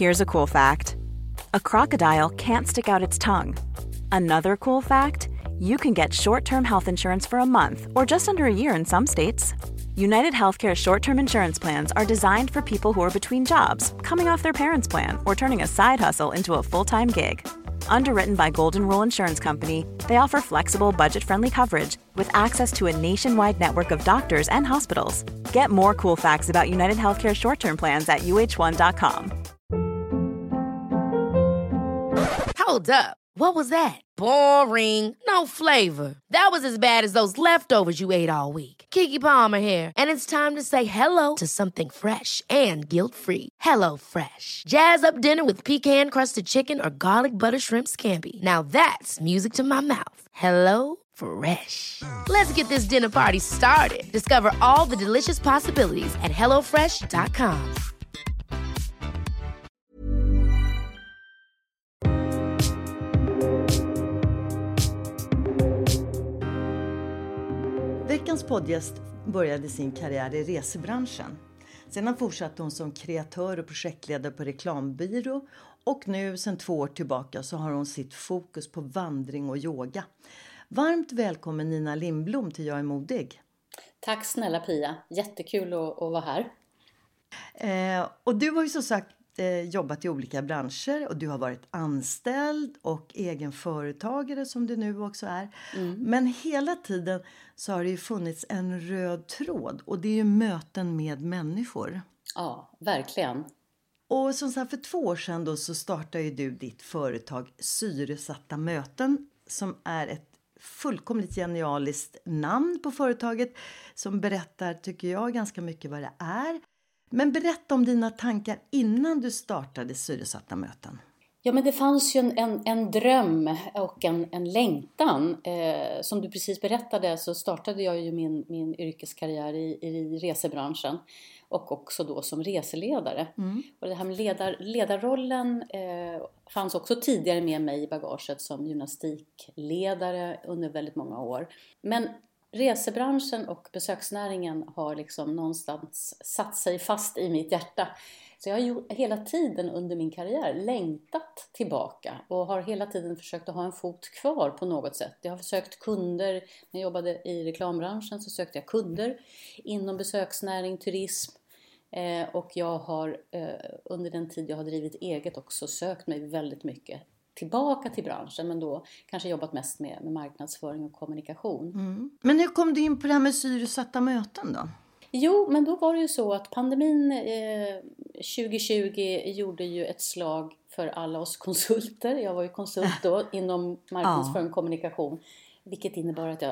Here's a cool fact. A crocodile can't stick out its tongue. Another cool fact, you can get short-term health insurance for a month or just under a year in some states. United Healthcare short-term insurance plans are designed for people who are between jobs, coming off their parents' plan, or turning a side hustle into a full-time gig. Underwritten by Golden Rule Insurance Company, they offer flexible, budget-friendly coverage with access to a nationwide network of doctors and hospitals. Get more cool facts about United Healthcare short-term plans at uh1.com. Hold up. What was that? Boring. No flavor. That was as bad as those leftovers you ate all week. Keke Palmer here. And it's time to say hello to something fresh and guilt-free. Hello Fresh. Jazz up dinner with pecan-crusted chicken or garlic butter shrimp scampi. Now that's music to my mouth. Hello Fresh. Let's get this dinner party started. Discover all the delicious possibilities at hellofresh.com. Veckans poddgäst började sin karriär i resebranschen. Sedan fortsatte hon som kreatör och projektledare på reklambyrå. Och nu sedan 2 år tillbaka så har hon sitt fokus på vandring och yoga. Varmt välkommen Nina Lindblom till Jag är modig. Tack snälla Pia, jättekul att vara här. Och du har ju som sagt jobbat i olika branscher och du har varit anställd och egen företagare som du nu också är. Men hela tiden så har det ju funnits en röd tråd och det är ju möten med människor. Ja, verkligen. Och som sagt för 2 år sedan då så startade ju du ditt företag Syresatta möten som är ett fullkomligt genialiskt namn på företaget som berättar tycker jag ganska mycket vad det är. Men berätta om dina tankar innan du startade Syresatta möten. Ja, men det fanns ju en dröm och en längtan. Som du precis berättade så startade jag ju min yrkeskarriär i resebranschen. Och också då som reseledare. Och det här med ledarrollen fanns också tidigare med mig i bagaget som gymnastikledare under väldigt många år. Men resebranschen och besöksnäringen har liksom någonstans satt sig fast i mitt hjärta. Så jag har ju hela tiden under min karriär längtat tillbaka och har hela tiden försökt att ha en fot kvar på något sätt. Jag har försökt kunder, när jag jobbade i reklambranschen så sökte jag kunder inom besöksnäring, turism. Och jag har under den tid jag har drivit eget också sökt mig väldigt mycket tillbaka till branschen, men då kanske jobbat mest med marknadsföring och kommunikation. Men hur kom du in på det här med Syresatta möten då? Jo, men då var det ju så att pandemin 2020 gjorde ju ett slag för alla oss konsulter. Jag var ju konsult då inom marknadsföring och kommunikation, vilket innebar att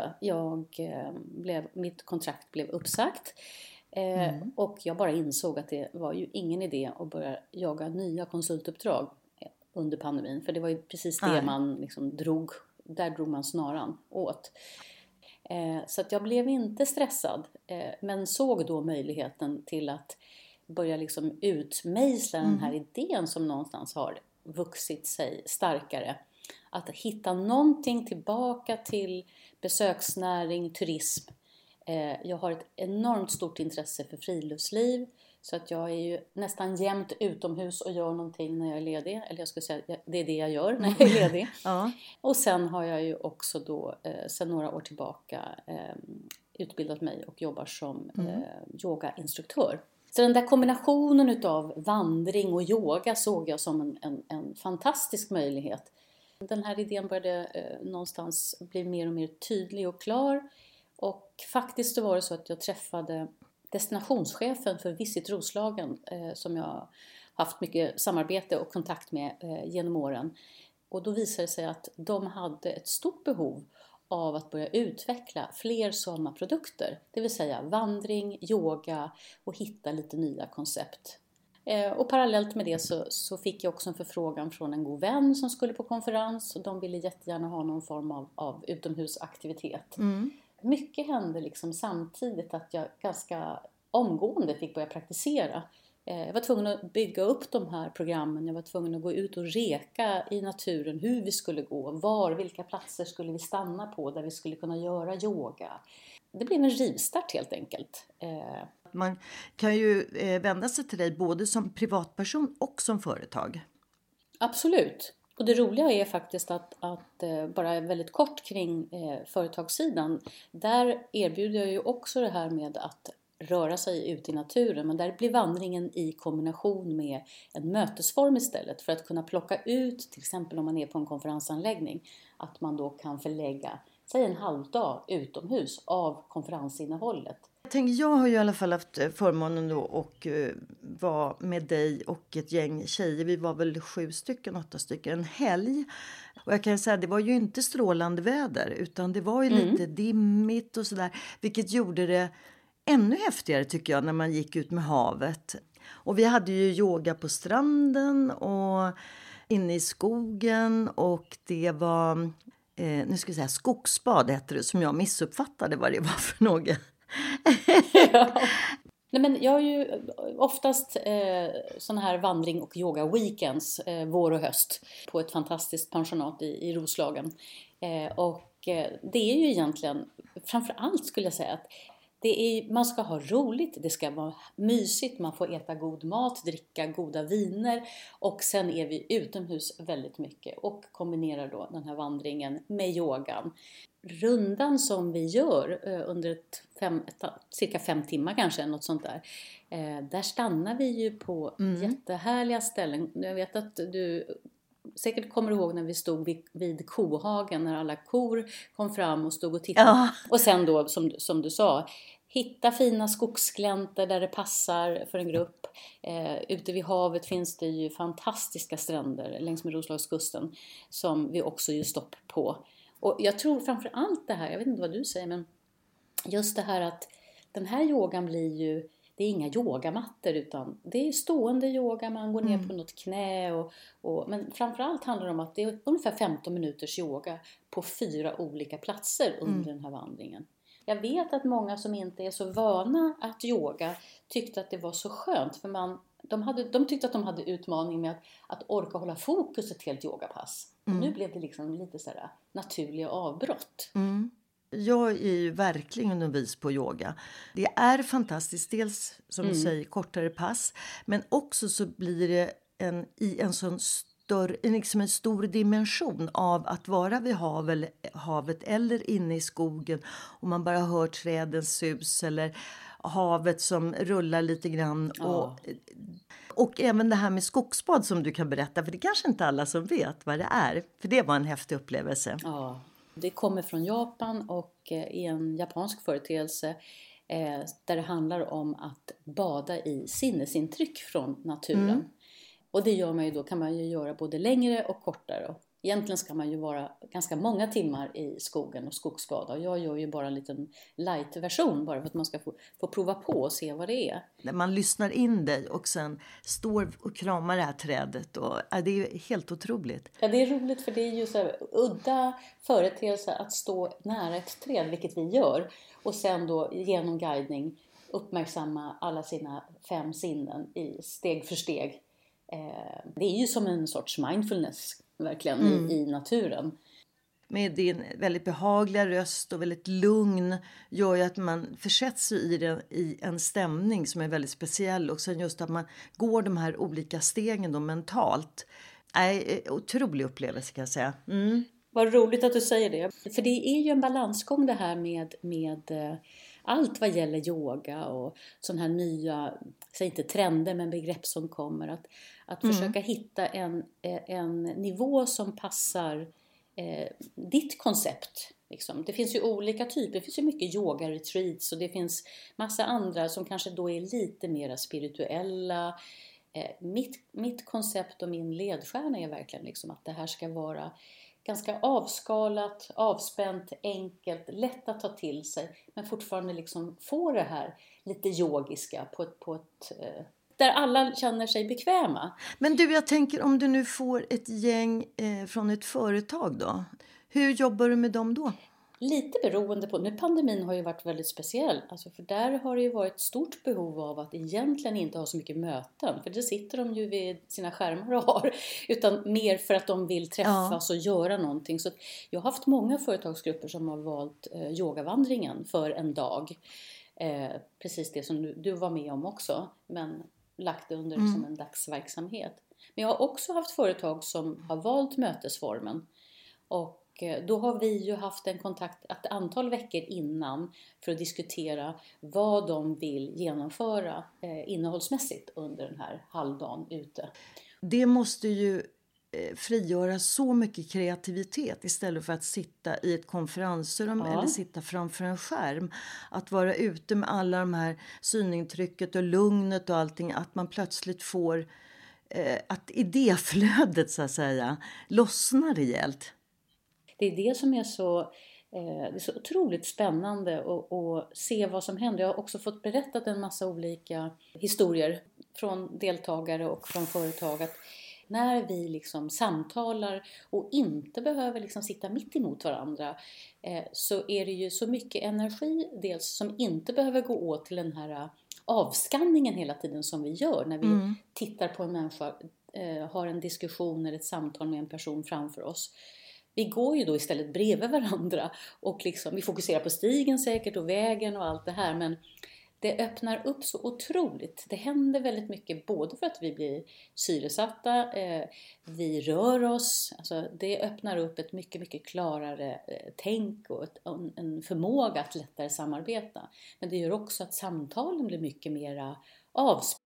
mitt kontrakt blev uppsagt. Och jag bara insåg att det var ju ingen idé att börja jaga nya konsultuppdrag under pandemin. För det var ju precis det man liksom drog man snaran åt. Så att jag blev inte stressad. Men såg då möjligheten till att börja liksom utmejsla den här idén som någonstans har vuxit sig starkare. Att hitta någonting tillbaka till besöksnäring, turism. Jag har ett enormt stort intresse för friluftsliv. Så att jag är ju nästan jämt utomhus och gör någonting när jag är ledig. Eller jag skulle säga det är det jag gör när jag är ledig. Och sen har jag ju också då sedan några år tillbaka utbildat mig och jobbar som yogainstruktör. Så den där kombinationen utav vandring och yoga såg jag som en fantastisk möjlighet. Den här idén började någonstans bli mer och mer tydlig och klar. Och faktiskt så var det så att jag träffade destinationschefen för Visit Roslagen som jag haft mycket samarbete och kontakt med genom åren. Och då visade det sig att de hade ett stort behov av att börja utveckla fler sådana produkter. Det vill säga vandring, yoga och hitta lite nya koncept. Och parallellt med det så fick jag också en förfrågan från en god vän som skulle på konferens. Och de ville jättegärna ha någon form av utomhusaktivitet. Mycket hände liksom samtidigt att jag ganska omgående fick börja praktisera. Jag var tvungen att bygga upp de här programmen. Jag var tvungen att gå ut och reka i naturen hur vi skulle gå. Vilka platser skulle vi stanna på där vi skulle kunna göra yoga. Det blev en rivstart helt enkelt. Man kan ju vända sig till dig både som privatperson och som företag. Absolut. Och det roliga är faktiskt att bara väldigt kort kring företagssidan. Där erbjuder jag ju också det här med att röra sig ut i naturen. Men där blir vandringen i kombination med en mötesform istället. För att kunna plocka ut, till exempel om man är på en konferensanläggning, att man då kan förlägga, säg en halvdag utomhus av konferensinnehållet. Jag har ju i alla fall haft förmånen då och vara med dig och ett gäng tjejer. Vi var väl 8 stycken en helg. Och jag kan säga att det var ju inte strålande väder utan det var ju lite dimmigt och sådär. Vilket gjorde det ännu häftigare tycker jag när man gick ut med havet. Och vi hade ju yoga på stranden och inne i skogen och det var, nu ska jag säga skogsbad heter det som jag missuppfattade vad det var för något. Ja. Nej, men jag har ju oftast såna här vandring- och yoga-weekends vår och höst på ett fantastiskt pensionat i Roslagen. Det är ju egentligen, framförallt skulle jag säga att man ska ha roligt, det ska vara mysigt, man får äta god mat, dricka goda viner och sen är vi utomhus väldigt mycket och kombinerar då den här vandringen med yogan. Rundan som vi gör under cirka 5 timmar kanske, något sånt där. Där stannar vi ju på jättehärliga ställen. Jag vet att du säkert kommer ihåg när vi stod vid kohagen när alla kor kom fram och stod och tittade. Ja. Och sen då, som du sa, hitta fina skogsgläntor där det passar för en grupp. Ute vid havet finns det ju fantastiska stränder längs med Roslagskusten som vi också gör stopp på. Och jag tror framför allt det här, jag vet inte vad du säger, men just det här att den här yogan blir ju, det är inga yogamattor utan det är stående yoga, man går ner på något knä men framförallt handlar det om att det är ungefär 15 minuters yoga på 4 olika platser under den här vandringen. Jag vet att många som inte är så vana att yoga tyckte att det var så skönt för de tyckte att de hade utmaning med att orka hålla fokus ett helt yogapass. Och nu blev det liksom lite sådär naturliga avbrott. Jag är ju verkligen novis på yoga. Det är fantastiskt, dels som du säger kortare pass. Men också så blir det en stor dimension av att vara vid havet eller inne i skogen. Och man bara hör trädens sus eller havet som rullar lite grann. Ja. Och även det här med skogsbad som du kan berätta. För det är kanske inte alla som vet vad det är. För det var en häftig upplevelse. Ja, det kommer från Japan och är en japansk företeelse. Där det handlar om att bada i sinnesintryck från naturen. Och det kan man ju göra både längre och kortare. Egentligen ska man ju vara ganska många timmar i skogen och skogsbada. Och jag gör ju bara en liten light-version bara för att man ska få prova på och se vad det är. När man lyssnar in dig och sen står och kramar det här trädet. Det är ju helt otroligt. Ja, det är roligt för det är ju så här udda företeelse att stå nära ett träd, vilket vi gör. Och sen då genom guidning uppmärksamma alla sina 5 sinnen i steg för steg. Det är ju som en sorts mindfulness verkligen i naturen. Med din väldigt behagliga röst och väldigt lugn gör ju att man försätts i en stämning som är väldigt speciell. Och sen just att man går de här olika stegen då mentalt. Otrolig upplevelse kan jag säga. Vad roligt att du säger det. För det är ju en balansgång det här med allt vad gäller yoga och sådana här nya, säg inte trender men begrepp som kommer. Att försöka hitta en nivå som passar ditt koncept. Liksom. Det finns ju olika typer, det finns ju mycket yoga-retreats och det finns massa andra som kanske då är lite mer spirituella. Mitt koncept och min ledstjärna är verkligen liksom att det här ska vara ganska avskalat, avspänt, enkelt, lätt att ta till sig. Men fortfarande liksom få det här lite yogiska på ett där alla känner sig bekväma. Men du, jag tänker om du nu får ett gäng från ett företag då. Hur jobbar du med dem då? Lite beroende på, nu pandemin har ju varit väldigt speciell. Alltså för där har det ju varit ett stort behov av att egentligen inte ha så mycket möten. För det sitter de ju vid sina skärmar och har. Utan mer för att de vill träffas och göra någonting. Så jag har haft många företagsgrupper som har valt yogavandringen för en dag. Precis det som du var med om också, men lagt det under som en dagsverksamhet. Men jag har också haft företag som har valt mötesformen. Och då har vi ju haft en kontakt ett antal veckor innan för att diskutera vad de vill genomföra innehållsmässigt under den här halvdagen ute. Det måste ju frigöra så mycket kreativitet istället för att sitta i ett konferensrum eller sitta framför en skärm. Att vara ute med alla de här synintrycket och lugnet och allting, att man plötsligt får att idéflödet så att säga lossnar rejält. Det är det som är så, det är så otroligt spännande att se vad som händer. Jag har också fått berättat en massa olika historier från deltagare och från företag. Att när vi liksom samtalar och inte behöver liksom sitta mitt emot varandra, så är det ju så mycket energi dels som inte behöver gå åt till den här avskanningen hela tiden som vi gör när vi tittar på en människa, har en diskussion eller ett samtal med en person framför oss. Vi går ju då istället bredvid varandra och liksom, vi fokuserar på stigen säkert och vägen och allt det här, men det öppnar upp så otroligt. Det händer väldigt mycket både för att vi blir syresatta, vi rör oss. Alltså det öppnar upp ett mycket, mycket klarare tänk och en förmåga att lättare samarbeta. Men det gör också att samtalen blir mycket mera avspända.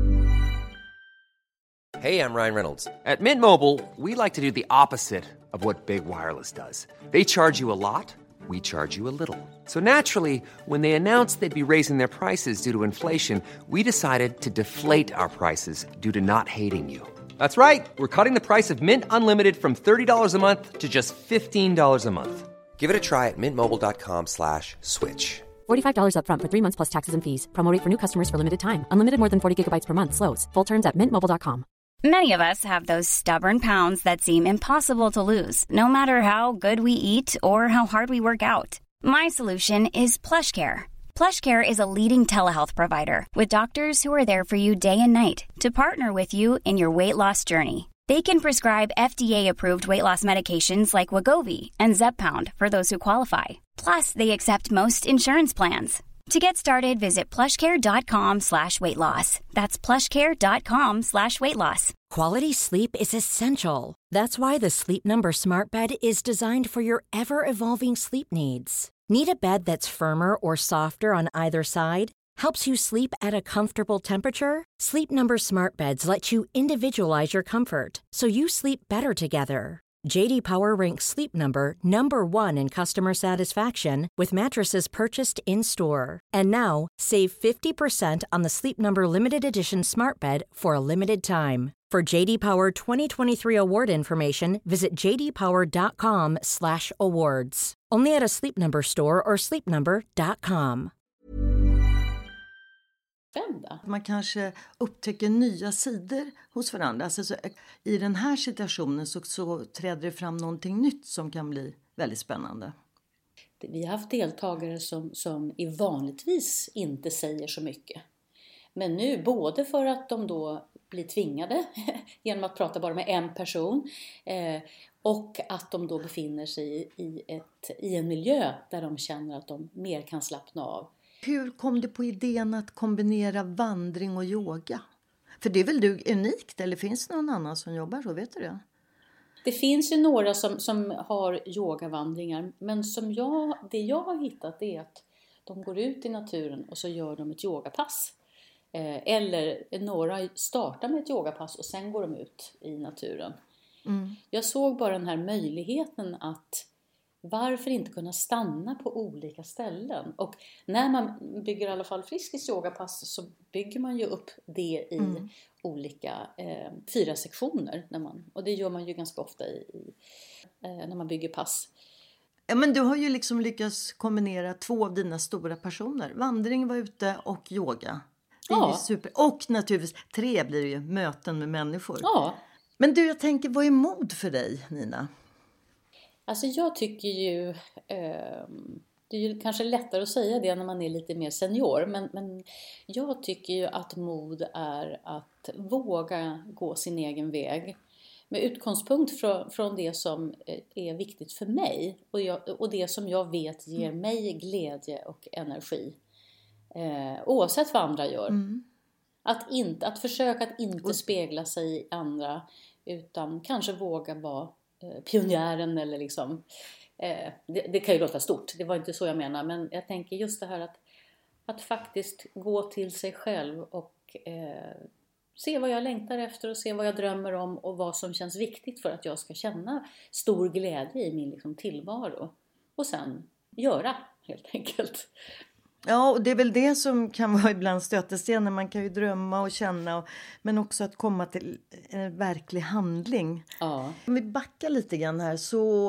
Hey, I'm Ryan Reynolds. At Mint Mobile, we like to do the opposite of what Big Wireless does. They charge you a lot. We charge you a little. So naturally, when they announced they'd be raising their prices due to inflation, we decided to deflate our prices due to not hating you. That's right. We're cutting the price of Mint Unlimited from $30 a month to just $15 a month. Give it a try at mintmobile.com/switch. $45 up front for 3 months plus taxes and fees. Promo rate for new customers for limited time. Unlimited more than 40 gigabytes per month slows. Full terms at mintmobile.com. Many of us have those stubborn pounds that seem impossible to lose, no matter how good we eat or how hard we work out. My solution is PlushCare. PlushCare is a leading telehealth provider with doctors who are there for you day and night to partner with you in your weight loss journey. They can prescribe FDA-approved weight loss medications like Wegovy and Zepbound for those who qualify. Plus, they accept most insurance plans. To get started, visit plushcare.com/weightloss. That's plushcare.com/weightloss. Quality sleep is essential. That's why the Sleep Number Smart Bed is designed for your ever-evolving sleep needs. Need a bed that's firmer or softer on either side? Helps you sleep at a comfortable temperature? Sleep Number Smart Beds let you individualize your comfort so you sleep better together. J.D. Power ranks Sleep Number #1 in customer satisfaction with mattresses purchased in-store. And now, save 50% on the Sleep Number Limited Edition Smart Bed for a limited time. For J.D. Power 2023 award information, visit jdpower.com/awards. Only at a Sleep Number store or sleepnumber.com. Man kanske upptäcker nya sidor hos varandra. Alltså, så, i den här situationen så träder det fram någonting nytt som kan bli väldigt spännande. Vi har haft deltagare som i vanligtvis inte säger så mycket. Men nu både för att de då blir tvingade genom att prata bara med en person och att de då befinner sig i en miljö där de känner att de mer kan slappna av. Hur kom du på idén att kombinera vandring och yoga? För det är väl du unikt, eller finns det någon annan som jobbar så, vet du det? Det finns ju några som har yogavandringar, men det jag har hittat är att de går ut i naturen och så gör de ett yogapass. Eller några startar med ett yogapass och sen går de ut i naturen. Jag såg bara den här möjligheten att varför inte kunna stanna på olika ställen? Och när man bygger i alla fall Friskis yogapass så bygger man ju upp det i olika 4 sektioner. Och det gör man ju ganska ofta när man bygger pass. Ja, men du har ju liksom lyckats kombinera 2 av dina stora passioner. Vandring var ute och yoga. Det är ju super. Och naturligtvis 3 blir det ju möten med människor. Ja. Men du, jag tänker, vad är mod för dig, Nina? Alltså jag tycker ju, det är ju kanske lättare att säga det när man är lite mer senior. Men jag tycker ju att mod är att våga gå sin egen väg. Med utgångspunkt från det som är viktigt för mig. Och det som jag vet ger mig glädje och energi. Oavsett vad andra gör. Att försöka att inte spegla sig i andra, utan kanske våga vara pionjären eller liksom. Det kan ju låta stort, det var inte så jag menar, men jag tänker just det här att faktiskt gå till sig själv och se vad jag längtar efter och se vad jag drömmer om och vad som känns viktigt för att jag ska känna stor glädje i min liksom tillvaro. Och sen göra helt enkelt. Ja, och det är väl det som kan vara ibland stötestenen. Man kan ju drömma och känna, men också att komma till en verklig handling. Ja. Om vi backar lite grann här, så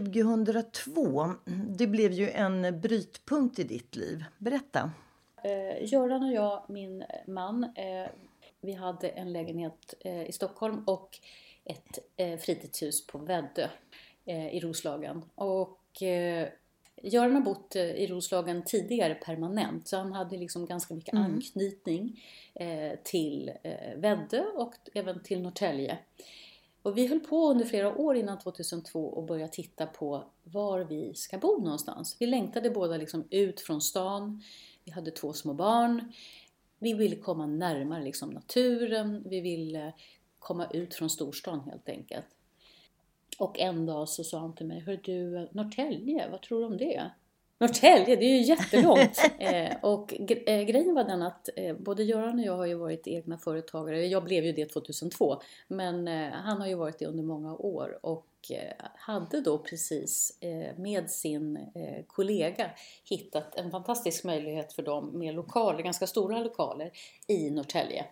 2002, det blev ju en brytpunkt i ditt liv. Berätta. Göran och jag, min man, vi hade en lägenhet i Stockholm och ett fritidshus på Väddö i Roslagen. Och Göran har bott i Roslagen tidigare permanent, så han hade liksom ganska mycket anknytning till Väddö och även till Norrtälje. Och vi höll på under flera år innan 2002 och började titta på var vi ska bo någonstans. Vi längtade båda liksom ut från stan, vi hade 2 små barn, vi ville komma närmare liksom naturen, vi ville komma ut från storstan helt enkelt. Och en dag så sa han till mig, hör du, Norrtälje, vad tror du om det? Norrtälje, det är ju jättelångt. Och grejen var den att både Göran och jag har ju varit egna företagare. Jag blev ju det 2002, men han har ju varit det under många år. Och hade då precis med sin kollega hittat en fantastisk möjlighet för dem med lokaler, ganska stora lokaler i Norrtälje.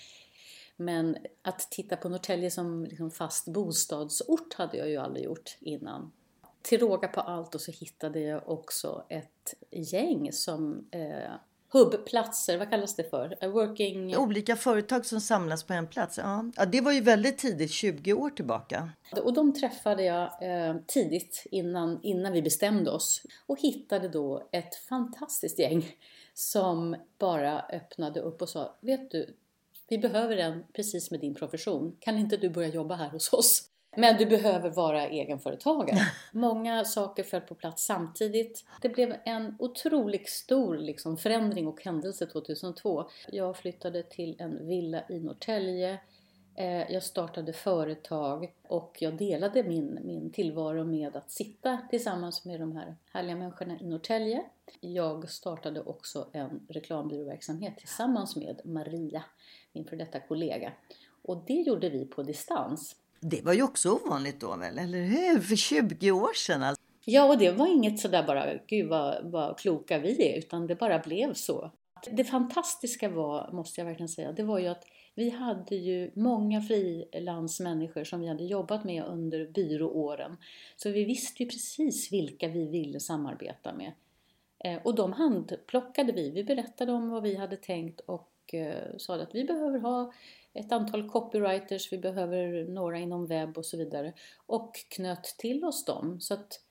Men att titta på Norrtälje som liksom fast bostadsort hade jag ju aldrig gjort innan. Till råga på allt och så hittade jag också ett gäng som hubbplatser, vad kallas det för? Working... Olika företag som samlas på en plats. Ja, det var ju väldigt tidigt, 20 år tillbaka. Och de träffade jag tidigt innan vi bestämde oss. Och hittade då ett fantastiskt gäng som bara öppnade upp och sa, vet du, vi behöver en precis med din profession. Kan inte du börja jobba här hos oss? Men du behöver vara egenföretagare. Många saker föll på plats samtidigt. Det blev en otroligt stor liksom, förändring och händelse 2002. Jag flyttade till en villa i Norrtälje. Jag startade företag och jag delade min tillvaro med att sitta tillsammans med de här härliga människorna i Norrtälje. Jag startade också en reklambyråverksamhet tillsammans med Maria, min för detta kollega. Och det gjorde vi på distans. Det var ju också ovanligt då väl, eller hur? För 20 år sedan alltså. Ja, och det var inget sådär bara, gud vad kloka vi är, utan det bara blev så. Det fantastiska var, måste jag verkligen säga, det var ju att vi hade ju många frilansmänniskor som vi hade jobbat med under byrååren. Så vi visste ju precis vilka vi ville samarbeta med. Och de handplockade vi. Vi berättade om vad vi hade tänkt och sa att vi behöver ha ett antal copywriters, vi behöver några inom webb och så vidare. Och knöt till oss dem. Så att,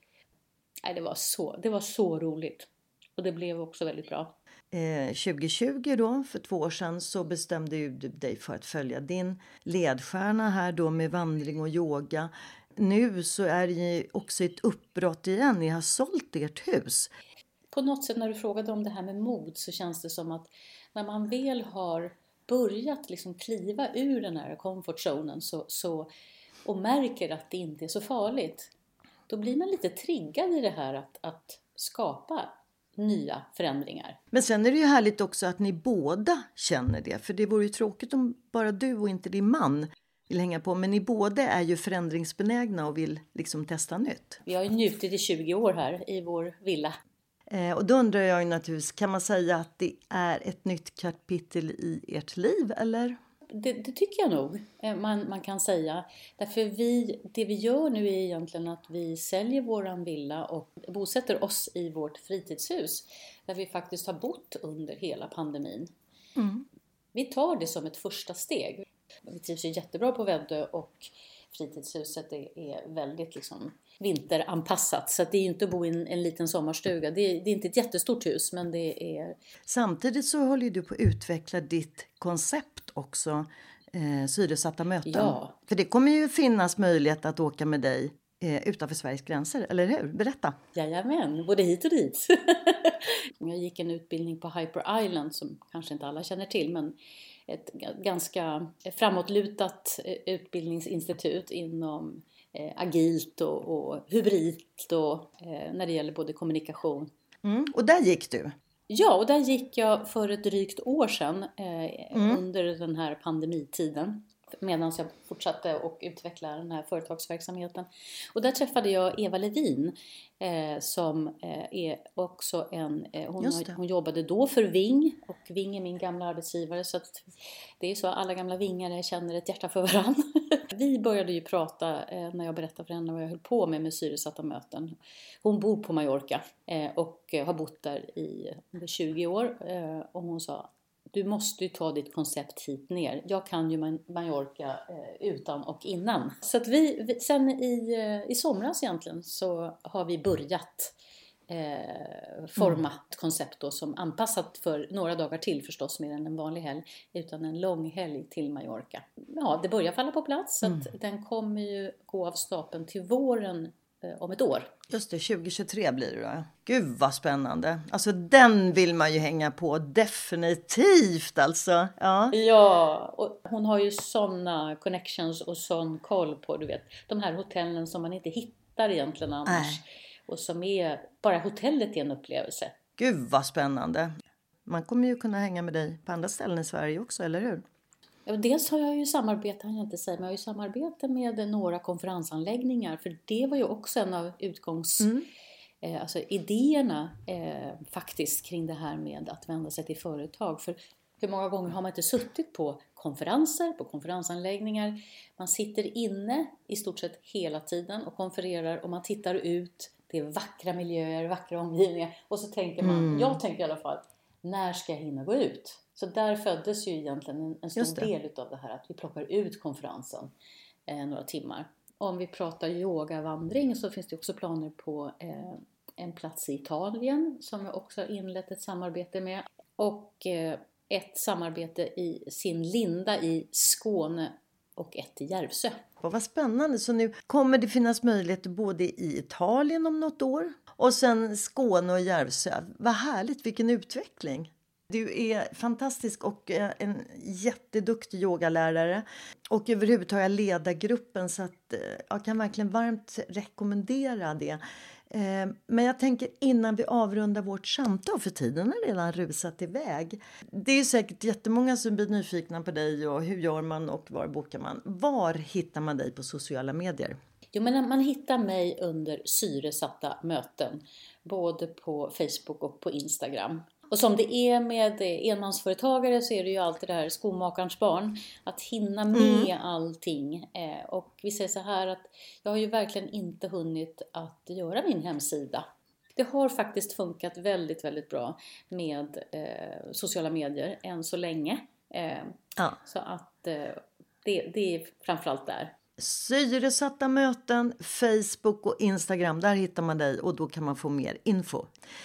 det var så roligt. Och det blev också väldigt bra. 2020 då, för 2 år sedan, så bestämde du dig för att följa din ledstjärna här då med vandring och yoga. Nu så är det också ett uppbrott igen. Ni har sålt ert hus. På något sätt när du frågade om det här med mod så känns det som att när man väl har börjat liksom kliva ur den här comfortzonen och märker att det inte är så farligt, då blir man lite triggad i det här att skapa nya förändringar. Men sen är det ju härligt också att ni båda känner det. För det vore ju tråkigt om bara du och inte din man vill hänga på. Men ni båda är ju förändringsbenägna och vill liksom testa nytt. Vi har ju njutit i 20 år här i vår villa. Och då undrar jag ju naturligtvis, kan man säga att det är ett nytt kapitel i ert liv, eller? Det tycker jag nog man kan säga. Därför det vi gör nu är egentligen att vi säljer våran villa och bosätter oss i vårt fritidshus. Där vi faktiskt har bott under hela pandemin. Mm. Vi tar det som ett första steg. Vi trivs ju jättebra på Väddö och fritidshuset är väldigt liksom vinteranpassat. Så att det är inte att bo i en liten sommarstuga. Det är inte ett jättestort hus, men det är... Samtidigt så håller du på att utveckla ditt koncept också. Syresatta möten. Ja. För det kommer ju finnas möjlighet att åka med dig utanför Sveriges gränser, eller hur? Berätta. Jajamän, både hit och dit. Jag gick en utbildning på Hyper Island som kanske inte alla känner till, men ett ganska framåtlutat utbildningsinstitut inom agilt och hybridt och när det gäller både kommunikation. Och där gick du? Ja, och där gick jag för ett drygt år sedan under den här pandemitiden. Medan jag fortsatte och utveckla den här företagsverksamheten. Och där träffade jag Eva Levin som är också hon jobbade då för Ving. Och Ving är min gamla arbetsgivare, så att det är så att alla gamla vingare känner ett hjärta för varandra. Vi började ju prata när jag berättade för henne vad jag höll på med syresatta möten. Hon bor på Mallorca och har bott där i 20 år. Och hon sa: du måste ju ta ditt koncept hit ner. Jag kan ju Mallorca utan och innan. Så att vi sen i somras egentligen så har vi börjat forma ett koncept då som anpassat för några dagar till förstås, mer än en vanlig helg, utan en lång helg till Mallorca. Ja, det börjar falla på plats så att den kommer ju gå av stapeln till våren om ett år. Just det, 2023 blir det då. Gud vad spännande. Alltså den vill man ju hänga på, definitivt alltså. Ja, och hon har ju sådana connections och sån koll på, du vet, de här hotellen som man inte hittar egentligen annars. Nej. Och som är, bara hotellet är en upplevelse. Gud vad spännande. Man kommer ju kunna hänga med dig på andra ställen i Sverige också, eller hur? Ja, dels har jag ju samarbete, men jag har ju samarbete med några konferensanläggningar. För det var ju också en av alltså idéerna faktiskt kring det här med att vända sig till företag. För hur många gånger har man inte suttit på konferenser, på konferensanläggningar. Man sitter inne i stort sett hela tiden och konfererar och man tittar ut. Det är vackra miljöer, vackra omgivningar. Och så tänker man, jag tänker i alla fall, när ska jag hinna gå ut? Så där föddes ju egentligen en stor del av det här. Att vi plockar ut konferensen några timmar. Om vi pratar yogavandring så finns det också planer på en plats i Italien. Som jag också har inlett ett samarbete med. Och ett samarbete i sin linda i Skåne och ett i Järvsö. Vad spännande. Så nu kommer det finnas möjligheter både i Italien om något år. Och sen Skåne och Järvsö. Vad härligt, vilken utveckling. Du är fantastisk och en jätteduktig yogalärare. Och överhuvudtaget leda gruppen, så att jag kan verkligen varmt rekommendera det. Men jag tänker innan vi avrundar vårt samtal, för tiden har redan rusat iväg. Det är säkert jättemånga som blir nyfikna på dig och hur gör man och var bokar man. Var hittar man dig på sociala medier? Jo, men man hittar mig under syresatta möten. Både på Facebook och på Instagram. Och som det är med enmansföretagare så är det ju alltid det här skomakarens barn. Att hinna med allting. Och vi säger så här att jag har ju verkligen inte hunnit att göra min hemsida. Det har faktiskt funkat väldigt, väldigt bra med sociala medier än så länge. Så att det är framförallt där. Syresatta möten, Facebook och Instagram. Där hittar man dig och då kan man få mer info.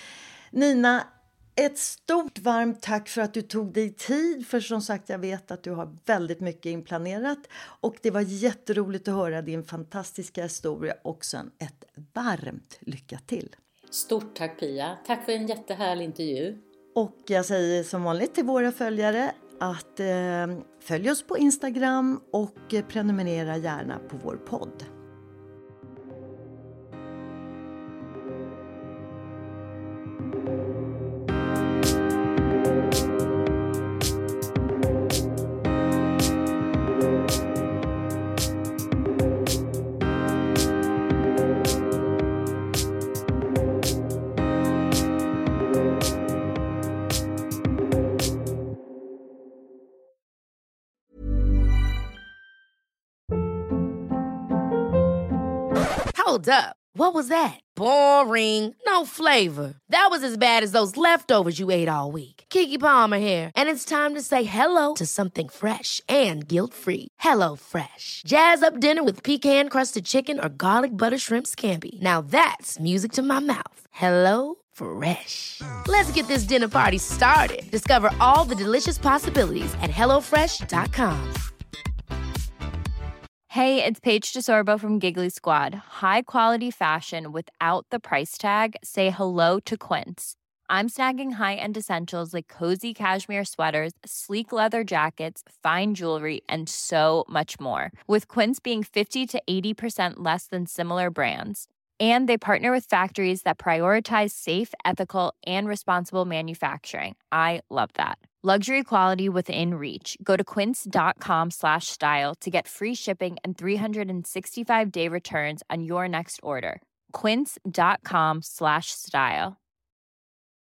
Nina, ett stort varmt tack för att du tog dig tid. För som sagt, jag vet att du har väldigt mycket inplanerat. Och det var jätteroligt att höra din fantastiska historia. Och sen ett varmt lycka till. Stort tack Pia. Tack för en jättehärlig intervju. Och jag säger som vanligt till våra följare att följ oss på Instagram och prenumerera gärna på vår podd. Hold up. What was that? Boring. No flavor. That was as bad as those leftovers you ate all week. Keke Palmer here, and it's time to say hello to something fresh and guilt-free. Hello Fresh. Jazz up dinner with pecan-crusted chicken or garlic butter shrimp scampi. Now that's music to my mouth. Hello Fresh. Let's get this dinner party started. Discover all the delicious possibilities at hellofresh.com. Hey, it's Paige DeSorbo from Giggly Squad. High quality fashion without the price tag. Say hello to Quince. I'm snagging high-end essentials like cozy cashmere sweaters, sleek leather jackets, fine jewelry, and so much more. With Quince being 50 to 80% less than similar brands. And they partner with factories that prioritize safe, ethical, and responsible manufacturing. I love that. Luxury quality within reach. Go to quince.com/style to get free shipping and 365-day returns on your next order. Quince.com/style.